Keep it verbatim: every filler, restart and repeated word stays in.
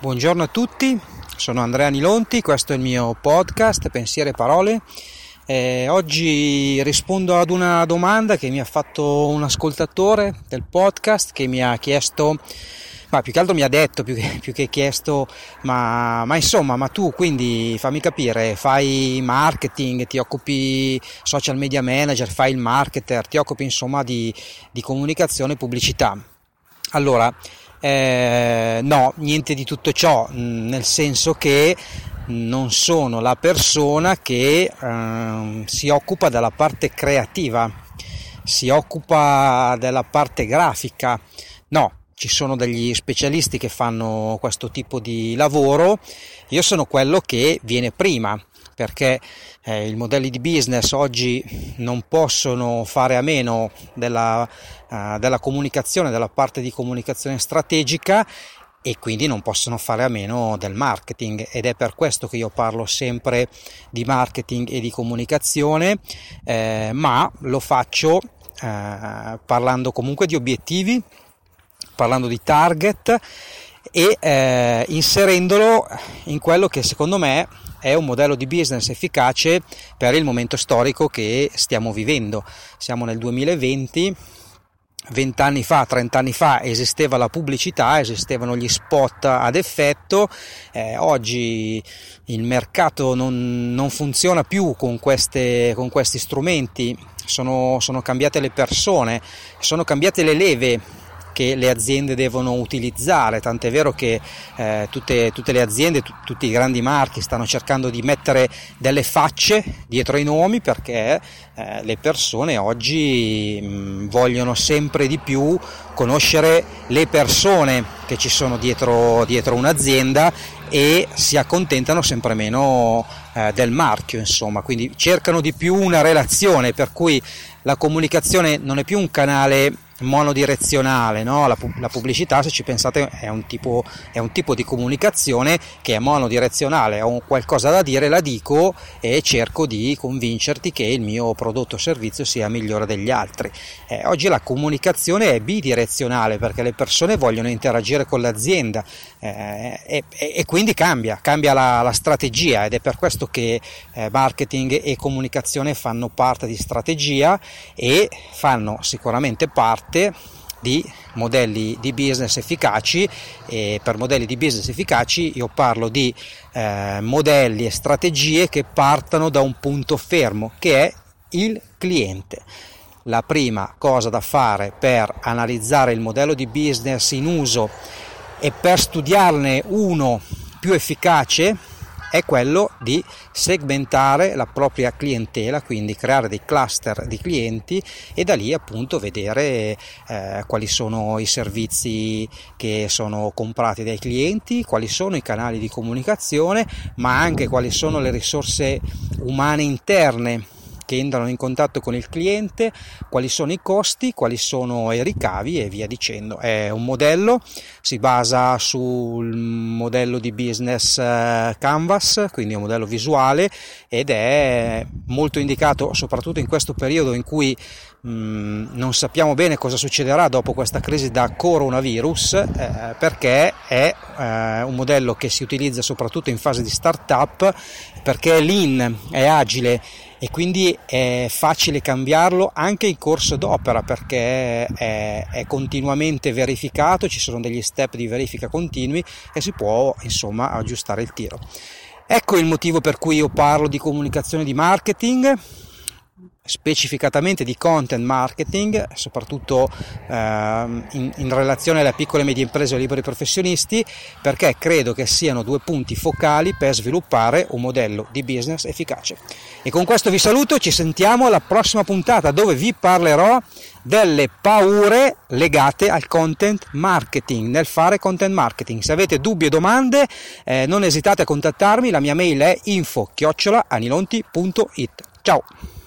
Buongiorno a tutti, sono Andrea Nilonti, questo è il mio podcast Pensieri e Parole. Eh, oggi rispondo ad una domanda che mi ha fatto un ascoltatore del podcast che mi ha chiesto, ma più che altro mi ha detto, più che, più che chiesto, ma, ma insomma, ma tu quindi fammi capire, fai marketing, ti occupi social media manager, fai il marketer, ti occupi insomma di, di comunicazione e pubblicità. Allora, Eh, no, niente di tutto ciò, nel senso che non sono la persona che eh, si occupa della parte creativa, si occupa della parte grafica. No, ci sono degli specialisti che fanno questo tipo di lavoro. Io sono quello che viene prima, perché eh, i modelli di business oggi non possono fare a meno della, uh, della comunicazione, della parte di comunicazione strategica, e quindi non possono fare a meno del marketing, ed è per questo che io parlo sempre di marketing e di comunicazione, eh, ma lo faccio eh, parlando comunque di obiettivi, parlando di target e eh, inserendolo in quello che secondo me è un modello di business efficace per il momento storico che stiamo vivendo. Siamo nel duemilaventi, vent'anni fa, trent'anni fa esisteva la pubblicità, esistevano gli spot ad effetto, eh, oggi il mercato non, non funziona più con, queste, con questi strumenti, sono, sono cambiate le persone, sono cambiate le leve che le aziende devono utilizzare, tant'è vero che eh, tutte, tutte le aziende, t- tutti i grandi marchi stanno cercando di mettere delle facce dietro i nomi, perché eh, le persone oggi mh, vogliono sempre di più conoscere le persone che ci sono dietro, dietro un'azienda, e si accontentano sempre meno eh, del marchio, insomma, quindi cercano di più una relazione, per cui la comunicazione non è più un canale monodirezionale, no? La, la pubblicità, se ci pensate, è un tipo è un tipo di comunicazione che è monodirezionale. Ho qualcosa da dire, la dico e cerco di convincerti che il mio prodotto o servizio sia migliore degli altri. Eh, oggi la comunicazione è bidirezionale, perché le persone vogliono interagire con l'azienda eh, e, e quindi cambia cambia la, la strategia, ed è per questo che eh, marketing e comunicazione fanno parte di strategia e fanno sicuramente parte di modelli di business efficaci. E per modelli di business efficaci io parlo di eh, modelli e strategie che partano da un punto fermo, che è il cliente. La prima cosa da fare per analizzare il modello di business in uso e per studiarne uno più efficace è quello di segmentare la propria clientela, quindi creare dei cluster di clienti e da lì appunto vedere eh, quali sono i servizi che sono comprati dai clienti, quali sono i canali di comunicazione, ma anche quali sono le risorse umane interne che entrano in contatto con il cliente, quali sono i costi, quali sono i ricavi e via dicendo. È un modello, si basa sul modello di business Canvas, quindi un modello visuale, ed è molto indicato soprattutto in questo periodo in cui mh, non sappiamo bene cosa succederà dopo questa crisi da coronavirus, eh, perché è eh, un modello che si utilizza soprattutto in fase di startup, perché è lean, è agile, e quindi è facile cambiarlo anche in corso d'opera, perché è, è continuamente verificato, ci sono degli step di verifica continui e si può insomma aggiustare il tiro. Ecco il motivo per cui io parlo di comunicazione, di marketing, specificatamente di content marketing, soprattutto eh, in, in relazione alle piccole e medie imprese o liberi professionisti, perché credo che siano due punti focali per sviluppare un modello di business efficace. E con questo vi saluto, ci sentiamo alla prossima puntata, dove vi parlerò delle paure legate al content marketing, nel fare content marketing. Se avete dubbi o domande eh, non esitate a contattarmi, la mia mail è info chiocciola anilonti punto it. Ciao!